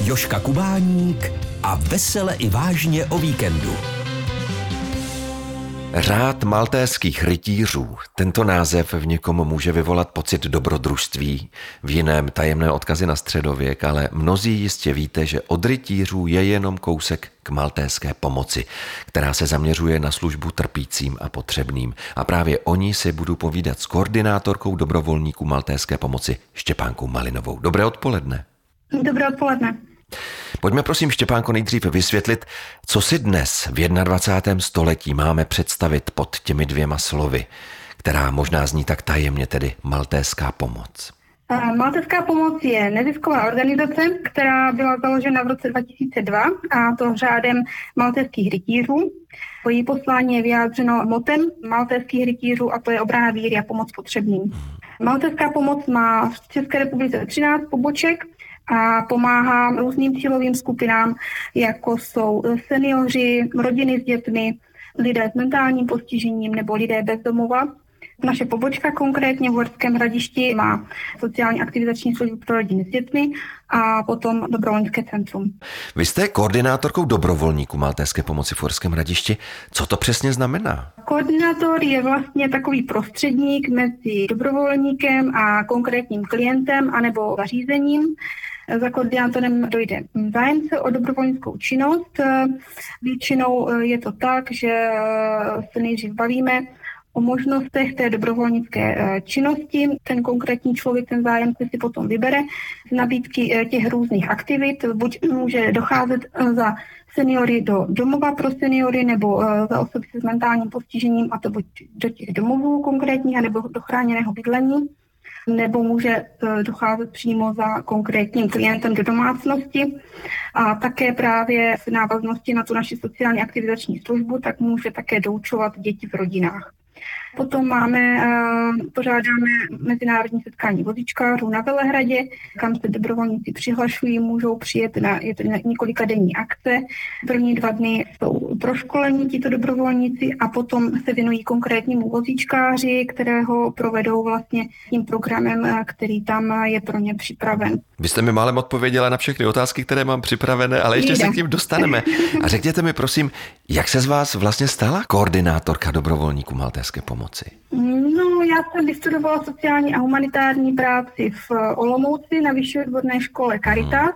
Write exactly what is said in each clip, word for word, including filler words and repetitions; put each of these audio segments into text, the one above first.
Jožka Kubáník a vesele i vážně o víkendu. Řád maltéských rytířů. Tento název v někom může vyvolat pocit dobrodružství, v jiném tajemné odkazy na středověk, ale mnozí jistě víte, že od rytířů je jenom kousek k maltéské pomoci, která se zaměřuje na službu trpícím a potřebným. A právě o ní si budu povídat s koordinátorkou dobrovolníků maltéské pomoci Štěpánkou Malinovou. Dobré odpoledne. Dobré odpoledne. Pojďme prosím, Štěpánko, nejdřív vysvětlit, co si dnes v dvacátém prvním století máme představit pod těmi dvěma slovy, která možná zní tak tajemně, tedy maltéská pomoc. Maltéská pomoc je nezisková organizace, která byla založena v roce dva tisíce dva, a to řádem maltéských rytířů. Její poslání je vyjádřeno motem maltéských rytířů, a to je obrana víry a pomoc potřebným. Maltéská pomoc má v České republice třináct poboček a pomáhá různým cílovým skupinám, jako jsou seniori, rodiny s dětmi, lidé s mentálním postižením nebo lidé bez domova. Naše pobočka konkrétně v Uherském Hradišti má sociální aktivizační službu pro rodiny s dětmi a potom dobrovolnické centrum. Vy jste koordinátorkou dobrovolníků maltéské pomoci v Uherském Hradišti. Co to přesně znamená? Koordinátor je vlastně takový prostředník mezi dobrovolníkem a konkrétním klientem anebo zařízením. Za koordinátorem dojde zájemce o dobrovolnickou činnost. Většinou je to tak, že se nejdřív bavíme o možnostech té dobrovolnické činnosti. Ten konkrétní člověk, ten zájemce si potom vybere z nabídky těch různých aktivit. Buď může docházet za seniory do domova pro seniory nebo za osoby se s mentálním postižením, a to buď do těch domovů konkrétních, nebo do chráněného bydlení, nebo může docházet přímo za konkrétním klientem do domácnosti. A také právě v návaznosti na tu naši sociální aktivizační službu, tak může také doučovat děti v rodinách. Potom máme, pořádáme mezinárodní setkání vozíčkářů na Velehradě, kam se dobrovolníci přihlašují, můžou přijet na, je to několika denní akce. První dva dny jsou proškolení tito dobrovolníci a potom se věnují konkrétnímu vozíčkáři, kterého provedou vlastně tím programem, který tam je pro ně připraven. Vy jste mi málem odpověděla na všechny otázky, které mám připravené, ale ještě se k tím dostaneme. A řekněte mi prosím, jak se z vás vlastně stala koordinátorka dobrovolníků maltéské pomoci? No, já jsem vystudovala sociální a humanitární práci v Olomouci na vyšší odborné škole Caritas.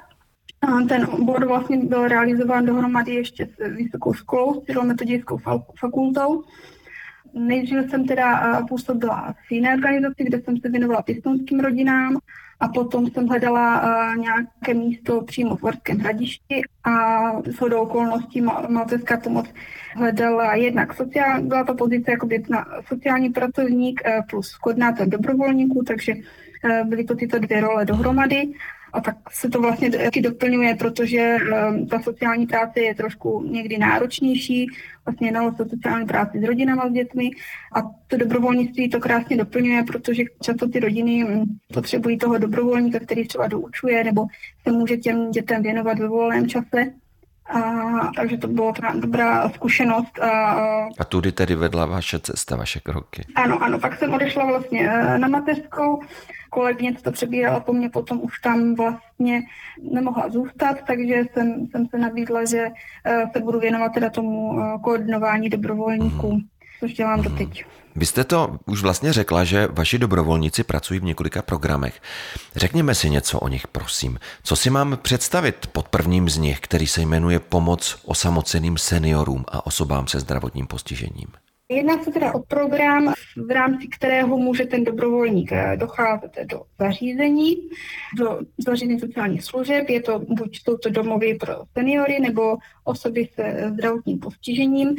A ten obor vlastně byl realizován dohromady ještě s vysokou školou, s cyrilometodějskou fakultou. Nejdříve jsem teda působila v jiné organizaci, kde jsem se věnovala pěstounským rodinám, a potom jsem hledala uh, nějaké místo přímo v Uherském Hradišti a shodou okolností maltéská pomoc hledala jednak sociální, byla to pozice jako na sociální pracovník uh, plus koordinátor dobrovolníků, takže uh, byly to tyto dvě role dohromady. A tak se to vlastně taky doplňuje, protože um, ta sociální práce je trošku někdy náročnější. Vlastně jednalo se o sociální práci s rodinama, s dětmi, a to dobrovolnictví to krásně doplňuje, protože často ty rodiny potřebují toho dobrovolníka, který třeba doučuje nebo se může těm dětem věnovat ve volném čase. A, takže to byla dobrá zkušenost. A, a tudy tedy vedla vaše cesta, vaše kroky? Ano, ano, pak jsem odešla vlastně na mateřskou. Kolegyně to přebírala po mně, potom už tam vlastně nemohla zůstat, takže jsem, jsem se nabídla, že se budu věnovat teda tomu koordinování dobrovolníků, mm. což dělám doteď. Vy jste to už vlastně řekla, že vaši dobrovolníci pracují v několika programech. Řekněme si něco o nich, prosím. Co si mám představit pod prvním z nich, který se jmenuje Pomoc osamoceným seniorům a osobám se zdravotním postižením? Jedná se teda o program, v rámci kterého může ten dobrovolník docházet do zařízení, do zařízení sociálních služeb. Je to buď jsou to domovy pro seniory nebo osoby se zdravotním postižením,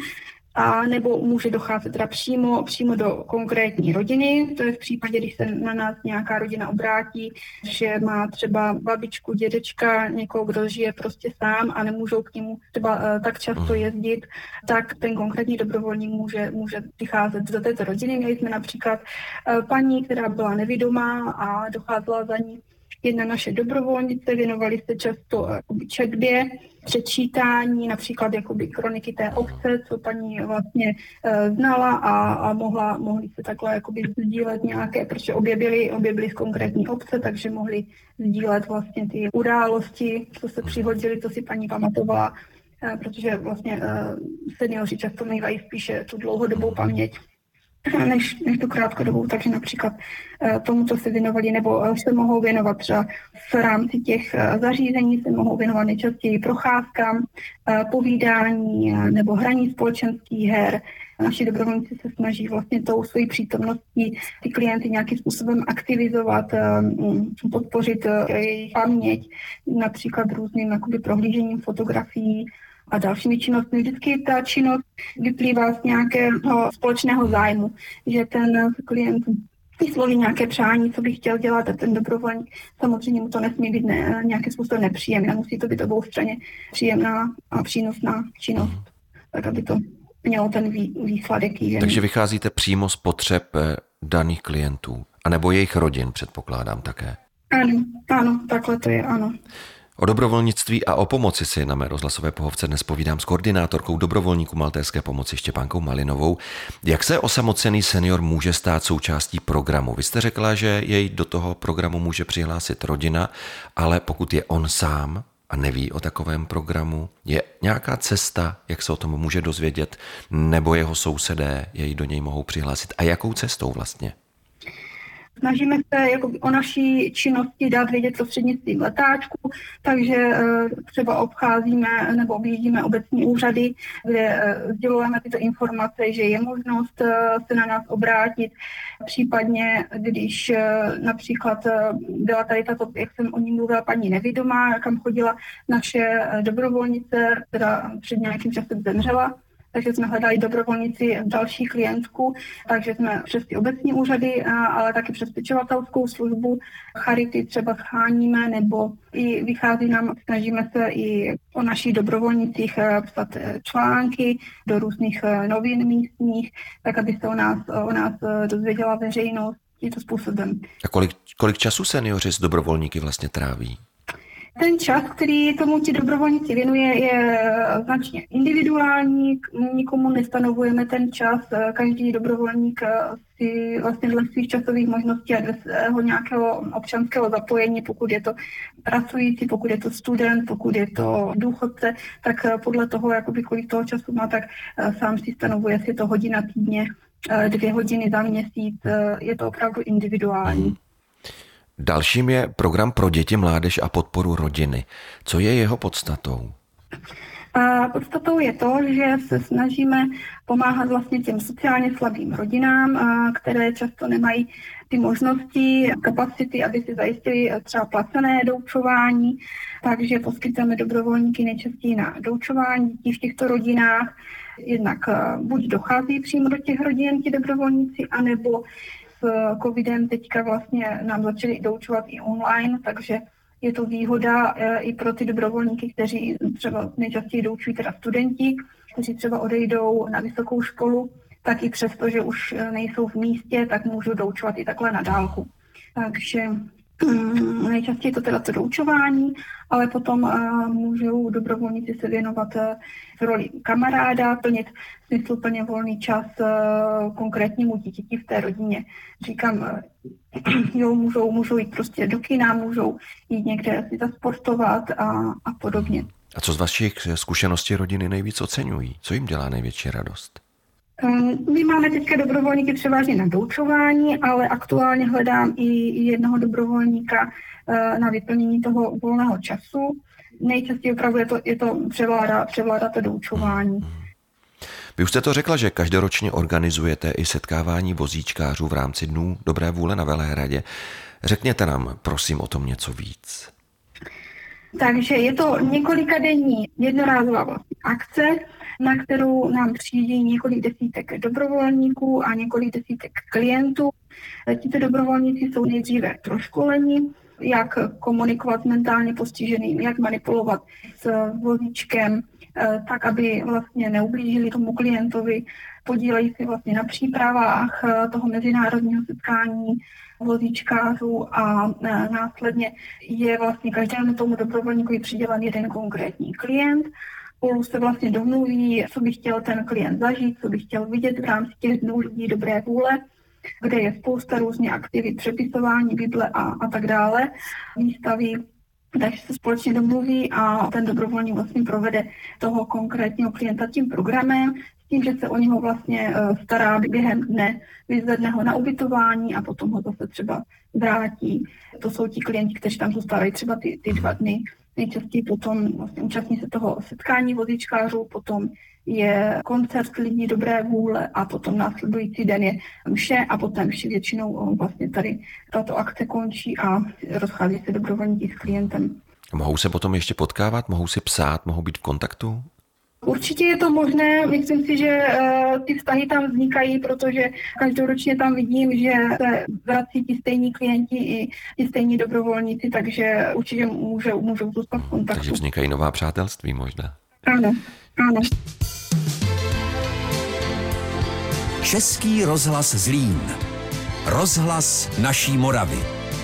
a nebo může docházet teda přímo, přímo do konkrétní rodiny. To je v případě, když se na nás nějaká rodina obrátí, že má třeba babičku, dědečka, někoho, kdo žije prostě sám a nemůžou k němu třeba uh, tak často jezdit, tak ten konkrétní dobrovolník může, může přicházet do této rodiny. Měli jsme například uh, paní, která byla nevidomá a docházela za ní jedna naše dobrovolnice, věnovali se často jakoby četbě, přečítání, například jakoby kroniky té obce, co paní vlastně e, znala a, a mohla, mohli se takhle jakoby sdílet nějaké, protože obě byly, obě byly z konkrétní obce, takže mohli sdílet vlastně ty události, co se přihodily, co si paní pamatovala, e, protože vlastně e, seniori často mývají spíše tu dlouhodobou paměť než, než tu krátkodobou, takže například tomu, co se věnovali, nebo se mohou věnovat třeba v rámci těch zařízení, se mohou věnovat nejčastěji procházkám, povídání nebo hraní společenských her. Naši dobrovolníci se snaží vlastně tou svojí přítomností ty klienty nějakým způsobem aktivizovat, podpořit jejich paměť, například různým jakoby prohlížením fotografií a dalšími činnostmi. Vždycky ta činnost vyplývá z nějakého společného zájmu, že ten klient vysloví nějaké přání, co by chtěl dělat a ten dobrovolník, samozřejmě mu to nesmí být ne, nějakým způsobem nepříjemné, musí to být oboustranně příjemná a přínosná činnost, tak aby to mělo ten vý, výsledek. Takže vycházíte přímo z potřeb daných klientů, anebo jejich rodin, předpokládám také. Ano, ano, takhle to je, ano. O dobrovolnictví a o pomoci si na mé rozhlasové pohovce dnes povídám s koordinátorkou dobrovolníků Maltéské pomoci Štěpánkou Malinovou. Jak se osamocený senior může stát součástí programu? Vy jste řekla, že jej do toho programu může přihlásit rodina, ale pokud je on sám a neví o takovém programu, je nějaká cesta, jak se o tom může dozvědět, nebo jeho sousedé jej do něj mohou přihlásit? A jakou cestou vlastně? Snažíme se jako o naší činnosti dát vědět prostřednictvím letáčku, takže třeba obcházíme nebo objíždíme obecní úřady, kde sdělujeme tyto informace, že je možnost se na nás obrátit. Případně, když například byla tady tato, jak jsem o ní mluvila, paní nevidomá, kam chodila naše dobrovolnice, která před nějakým časem zemřela, takže jsme hledali dobrovolníci další klientku, takže jsme přes ty obecní úřady, ale taky přes pečovatelskou službu charity třeba scháníme, nebo i vychází nám, snažíme se i o našich dobrovolnicích psat články do různých novin místních, tak aby se o nás, o nás dozvěděla veřejnost tímto způsobem. A kolik, kolik času seniori s dobrovolníky vlastně tráví? Ten čas, který tomu ti dobrovolníci věnuje, je značně individuální, nikomu nestanovujeme ten čas, každý dobrovolník si vlastně dle svých časových možností a dle svého nějakého občanského zapojení, pokud je to pracující, pokud je to student, pokud je to důchodce, tak podle toho, jakoby kolik toho času má, tak sám si stanovuje, jestli je to hodina týdně, dvě hodiny za měsíc, je to opravdu individuální. Dalším je program pro děti, mládež a podporu rodiny. Co je jeho podstatou? A podstatou je to, že se snažíme pomáhat vlastně těm sociálně slabým rodinám, které často nemají ty možnosti, kapacity, aby si zajistili třeba placené doučování, takže poskytujeme dobrovolníky nejčastěji na doučování dětí v těchto rodinách. Jednak buď dochází přímo do těch rodin ti dobrovolníci, anebo s covidem teďka vlastně nám začali doučovat i online, takže je to výhoda i pro ty dobrovolníky, kteří třeba nejčastěji doučují teda studenti, kteří třeba odejdou na vysokou školu, tak i přesto, že už nejsou v místě, tak můžou doučovat i takhle na dálku. Takže nejčastěji to teda to doučování, ale potom uh, můžou dobrovolníci se věnovat uh, v roli kamaráda, plnit smysluplně volný čas uh, konkrétnímu dítěti v té rodině. Říkám, uh, jo, můžou, můžou jít prostě do kina, můžou jít někde si zasportovat a, a podobně. A co z vašich zkušeností rodiny nejvíc oceňují? Co jim dělá největší radost? My máme teďka dobrovolníky převážně na doučování, ale aktuálně hledám i jednoho dobrovolníka na vyplnění toho volného času. Nejčastěji opravdu je to, je to převládá, převládá to doučování. Vy už jste to řekla, že každoročně organizujete i setkávání vozíčkářů v rámci Dnů dobré vůle na Velehradě. Řekněte nám, prosím, o tom něco víc. Takže je to několikadenní jednorázová vlastně akce, na kterou nám přijde několik desítek dobrovolníků a několik desítek klientů. Tito dobrovolníci jsou nejdříve proškoleni, jak komunikovat s mentálně postiženým, jak manipulovat s vozíčkem, tak, aby vlastně neublížili tomu klientovi. Podílejí se vlastně na přípravách toho mezinárodního setkání vozíčkářů a následně je vlastně každému tomu dobrovolníkovi přidělen jeden konkrétní klient. Spolu se vlastně domluví, co by chtěl ten klient zažít, co by chtěl vidět v rámci těch dnů lidí dobré vůle, kde je spousta různých aktivit, přepisování Bible a, a tak dále, výstavy. Takže se společně domluví a ten dobrovolník vlastně provede toho konkrétního klienta tím programem, s tím, že se o něho vlastně stará během dne, vyzvedne ho na ubytování a potom ho zase třeba vrátí. To jsou ti klienti, kteří tam zůstávají třeba ty, ty dva dny. Nejčastěji potom vlastně účastní se toho setkání vozíčkářů, potom je koncert lidí dobré vůle a potom následující den je mše a potom mši většinou vlastně tady tato akce končí a rozchází se dobrovolníci s klientem. Mohou se potom ještě potkávat, mohou si psát, mohou být v kontaktu? Určitě je to možné, myslím si, že uh, ty vztahy tam vznikají, protože každoročně tam vidím, že se vrací ti stejní klienti i ti stejní dobrovolníci, takže určitě můžou, můžou zůstat v kontaktu. Takže vznikají nová přátelství možná. Ano, ano. Český rozhlas Zlín. Rozhlas naší Moravy.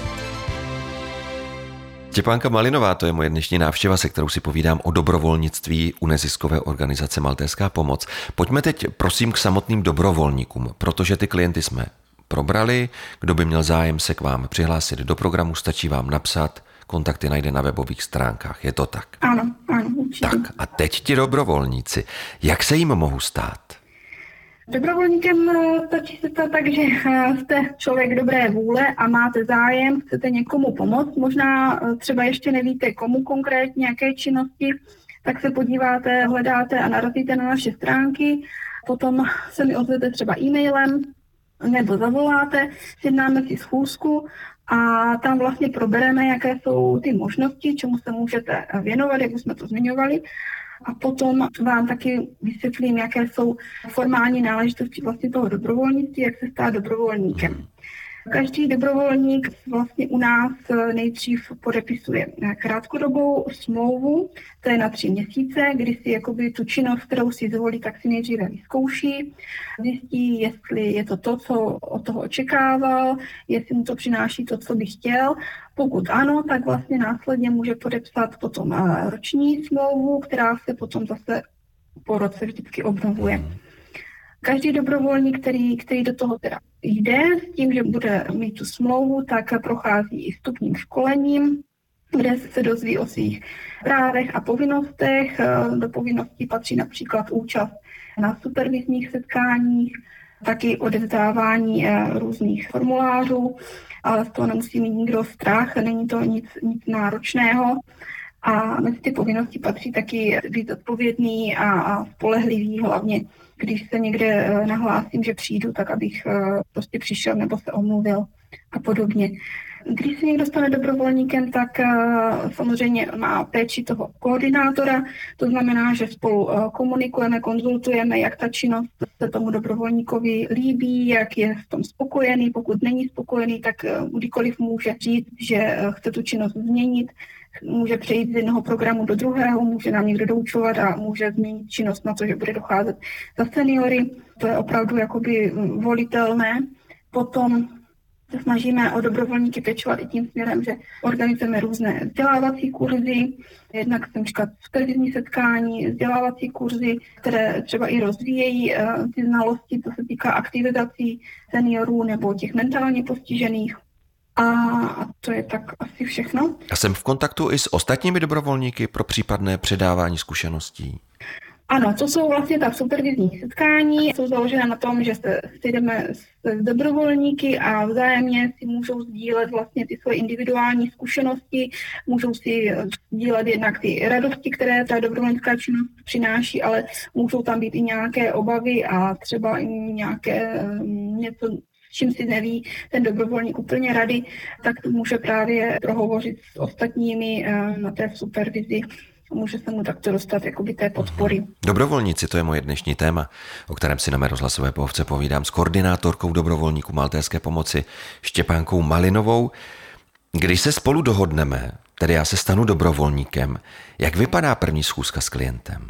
Štěpánka Malinová, to je moje dnešní návštěva, se kterou si povídám o dobrovolnictví u neziskové organizace Maltézská pomoc. Pojďme teď prosím k samotným dobrovolníkům, protože ty klienty jsme probrali. Kdo by měl zájem se k vám přihlásit do programu, stačí vám napsat, kontakty najde na webových stránkách, je to tak? Ano, ano, určitě. Tak a teď ti dobrovolníci, jak se jim mohu stát? Dobrovolníkem stačí se to tak, že jste člověk dobré vůle a máte zájem, chcete někomu pomoct, možná třeba ještě nevíte komu konkrétně, jaké činnosti, tak se podíváte, hledáte a narazíte na naše stránky, potom se mi ozvete třeba e-mailem nebo zavoláte, sjednáme si schůzku a tam vlastně probereme, jaké jsou ty možnosti, čemu se můžete věnovat, jak už jsme to zmiňovali. A potom vám taky vysvětlím, jaké jsou formální náležitosti vlastně toho dobrovolnictví, jak se stát dobrovolníkem. Každý dobrovolník vlastně u nás nejdřív podepisuje krátkodobou smlouvu, to je na tři měsíce, kdy si jakoby tu činnost, kterou si zvolí, tak si nejdříve vyzkouší, zjistí, jestli je to to, co od toho očekával, jestli mu to přináší to, co by chtěl. Pokud ano, tak vlastně následně může podepsat potom roční smlouvu, která se potom zase po roce vždycky obnovuje. Každý dobrovolník, který, který do toho teda jde s tím, že bude mít tu smlouvu, tak prochází i vstupním školením, kde se dozví o svých právech a povinnostech. Do povinností patří například účast na supervizních setkáních, taky odevzdávání různých formulářů, ale z toho nemusí mít nikdo strach, není to nic, nic náročného. A mezi ty povinnosti patří taky být odpovědný a, a spolehlivý, hlavně když se někde nahlásím, že přijdu, tak abych prostě přišel nebo se omluvil a podobně. Když se někdo stane dobrovolníkem, tak samozřejmě má péči toho koordinátora, to znamená, že spolu komunikujeme, konzultujeme, jak ta činnost se tomu dobrovolníkovi líbí, jak je v tom spokojený, pokud není spokojený, tak kdykoliv může říct, že chce tu činnost změnit, může přejít z jednoho programu do druhého, může nám někdo doučovat a může změnit činnost na to, že bude docházet za seniory. To je opravdu jakoby volitelné. Potom se snažíme o dobrovolníky pečovat i tím směrem, že organizujeme různé vzdělávací kurzy, jednak jsem říkat supervizní setkání, vzdělávací kurzy, které třeba i rozvíjejí uh, ty znalosti, co se týká aktivizací seniorů nebo těch mentálně postižených. A to je tak asi všechno. A jsem v kontaktu i s ostatními dobrovolníky pro případné předávání zkušeností? Ano, to jsou vlastně ta supervizní setkání, jsou založené na tom, že se sejdeme s dobrovolníky a vzájemně si můžou sdílet vlastně ty svoje individuální zkušenosti, můžou si sdílet jednak ty radosti, které ta dobrovolnická činnost přináší, ale můžou tam být i nějaké obavy a třeba i nějaké něco, čím si neví ten dobrovolník úplně rady, tak může právě prohovořit s ostatními na té supervizi. Může se mu takto dostat jakoby té podpory. Dobrovolníci, to je moje dnešní téma, o kterém si na mé rozhlasové pohovce povídám s koordinátorkou dobrovolníků Maltézské pomoci Štěpánkou Malinovou. Když se spolu dohodneme, tedy já se stanu dobrovolníkem, jak vypadá první schůzka s klientem?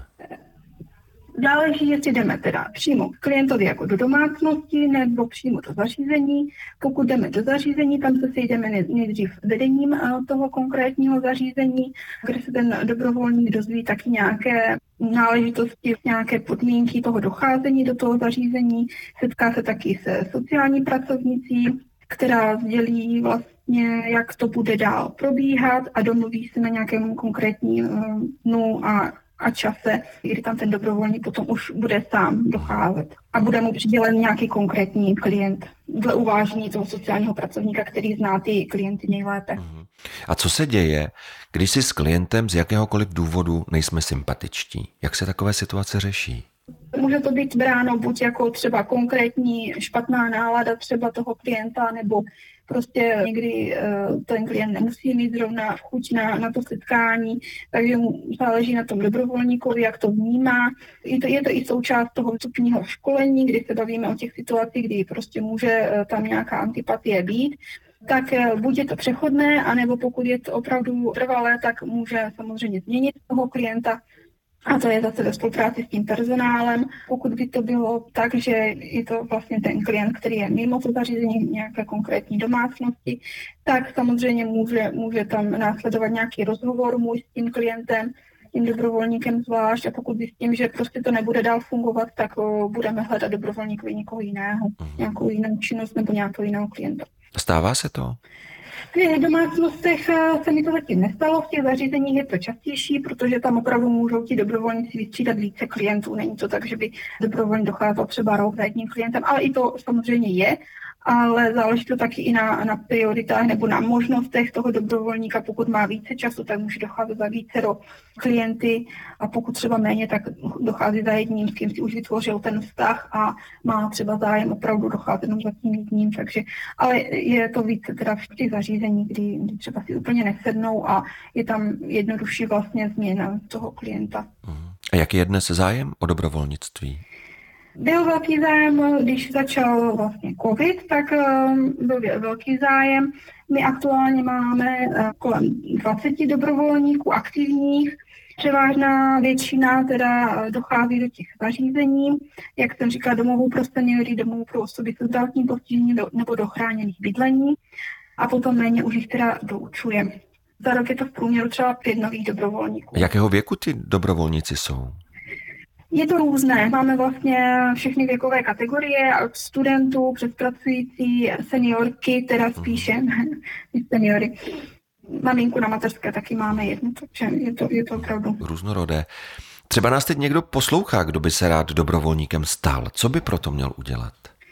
Záleží, jestli jdeme teda přímo k klientovi jako do domácnosti nebo přímo do zařízení. Pokud jdeme do zařízení, tam se sejdeme nejdřív vedením toho konkrétního zařízení, kde se ten dobrovolník dozví taky nějaké náležitosti, nějaké podmínky toho docházení do toho zařízení. Setká se taky se sociální pracovnicí, která sdělí vlastně, jak to bude dál probíhat a domluví se na nějakém konkrétním dnu a a čase, kdy tam ten dobrovolník potom už bude sám docházet. A bude mu přidělen nějaký konkrétní klient dle uvážení toho sociálního pracovníka, který zná ty klienty nejlépe. A co se děje, když si s klientem z jakéhokoliv důvodu nejsme sympatičtí? Jak se takové situace řeší? Může to být bráno buď jako třeba konkrétní špatná nálada třeba toho klienta, nebo prostě někdy uh, ten klient nemusí mít zrovna chuť na, na to setkání, takže mu záleží na tom dobrovolníkovi, jak to vnímá. Je to, je to i součást toho vstupního školení, kdy se bavíme o těch situacích, kdy prostě může uh, tam nějaká antipatie být. Tak uh, buď je to přechodné, anebo pokud je to opravdu trvalé, tak může samozřejmě změnit toho klienta. A to je zase ve spolupráci s tím personálem. Pokud by to bylo tak, že je to vlastně ten klient, který je mimo to zařízení nějaké konkrétní domácnosti, tak samozřejmě může, může tam následovat nějaký rozhovor můj s tím klientem, s tím dobrovolníkem zvlášť, a pokud zjistím, že prostě to nebude dál fungovat, tak o, budeme hledat dobrovolníkovi někoho jiného, nějakou jinou činnost nebo nějakého jiného klienta. Stává se to? V domácnostech se mi to zatím nestalo, v těch zařízeních je to častější, protože tam opravdu můžou ti dobrovolníci vystřídat více klientů. Není to tak, že by dobrovolně docházel třeba rok za jedním klientem, ale i to samozřejmě je, ale záleží to taky i na, na prioritách nebo na možnostech toho dobrovolníka. Pokud má více času, tak může docházet za vícero klienty, a pokud třeba méně, tak dochází za jedním, s kým si už vytvořil ten vztah a má třeba zájem opravdu docházet jenom za tím jedním. Takže, ale je to více teda v těch zařízení, kdy, kdy třeba si úplně nesednou a je tam jednodušší vlastně změna toho klienta. A jaký je dnes zájem o dobrovolnictví? Byl velký zájem, když začal vlastně covid, tak byl velký zájem. My aktuálně máme kolem dvacet dobrovolníků aktivních. Převážná většina teda dochází do těch zařízení, jak jsem říkala, domovů pro seniory, domovů pro osoby se zdravotním postižením nebo do chráněných bydlení. A potom méně už jich teda doučujeme. Za rok je to v průměru třeba pět nových dobrovolníků. Jakého věku ty dobrovolníci jsou? Je to různé. Máme vlastně všechny věkové kategorie, od studentů přes pracující, seniorky, teda spíše seniory. Maminku na mateřské taky máme jednu, takže je to, je to opravdu různorodé. Třeba nás teď někdo poslouchá, kdo by se rád dobrovolníkem stal. Co by proto měl udělat?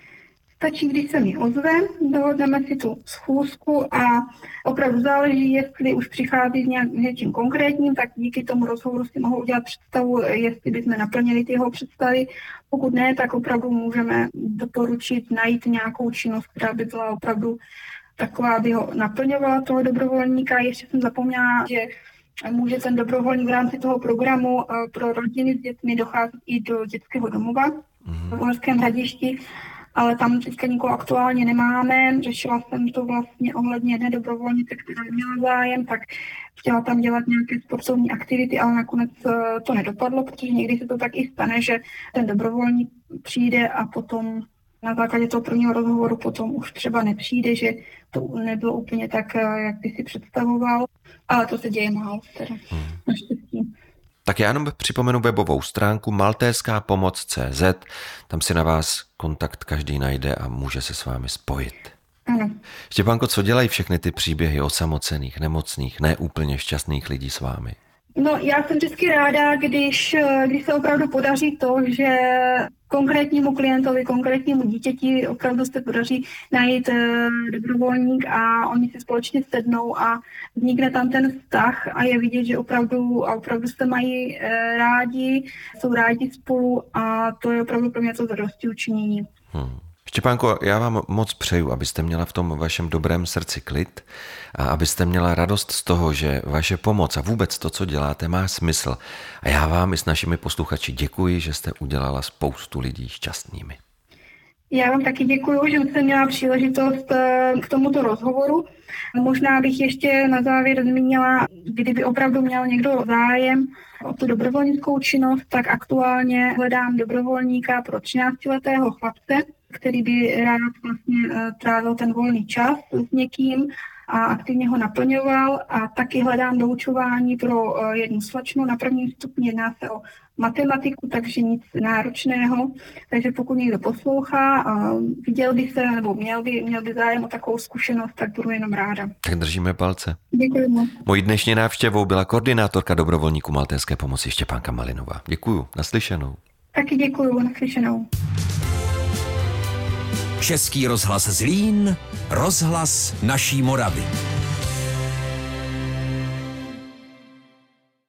Stačí, když se mi ozve, dohodneme si tu schůzku a opravdu záleží, jestli už přichází s něčím konkrétním, tak díky tomu rozhovoru si mohou udělat představu, jestli bychom naplnili ty jeho představy. Pokud ne, tak opravdu můžeme doporučit najít nějakou činnost, která by byla opravdu taková, aby ho naplňovala toho dobrovolníka. Ještě jsem zapomněla, že může ten dobrovolník v rámci toho programu pro rodiny s dětmi docházet i do dětského domova v Uherském Hradišti, ale tam teďka nikoho aktuálně nemáme. Řešila jsem to vlastně ohledně jedné dobrovolnice, která měla zájem, tak chtěla tam dělat nějaké sportovní aktivity, ale nakonec to nedopadlo, protože někdy se to tak i stane, že ten dobrovolník přijde a potom na základě toho prvního rozhovoru potom už třeba nepřijde, že to nebylo úplně tak, jak by si představoval, ale to se děje málo teda, naštěstí. Tak já jenom připomenu webovou stránku maltéska pomoc tečka cé zet, tam si na vás kontakt každý najde a může se s vámi spojit. Ano. Štěpánko, co dělají všechny ty příběhy osamocených, nemocných, neúplně šťastných lidí s vámi? No, já jsem vždycky ráda, když, když se opravdu podaří to, že konkrétnímu klientovi, konkrétnímu dítěti opravdu se podaří najít dobrovolník a oni si společně sednou a vznikne tam ten vztah a je vidět, že opravdu, a opravdu se mají rádi, jsou rádi spolu a to je opravdu pro mě to zadosti učinění. Hmm. Štěpánko, já vám moc přeju, abyste měla v tom vašem dobrém srdci klid a abyste měla radost z toho, že vaše pomoc a vůbec to, co děláte, má smysl. A já vám i s našimi posluchači děkuji, že jste udělala spoustu lidí šťastnými. Já vám taky děkuji, že jsem měla příležitost k tomuto rozhovoru. Možná bych ještě na závěr zmínila, kdyby opravdu měl někdo zájem o tu dobrovolnickou činnost, tak aktuálně hledám dobrovolníka pro třináctiletého chlapce, který by rád vlastně trávil ten volný čas s někým a aktivně ho naplňoval, a taky hledám doučování pro jednu slečnu na prvním stupni, jedná se o matematiku, takže nic náročného. Takže pokud někdo poslouchá, viděl by se nebo měl by, měl by zájem o takovou zkušenost, tak budu jenom ráda. Tak držíme palce. Děkuji moc. Mojí dnešní návštěvou byla koordinátorka dobrovolníků Maltéské pomoci Štěpánka Malinová. Děkuju, naslyšenou. Taky děkuju, naslyšenou. Český rozhlas Zlín, rozhlas naší Moravy.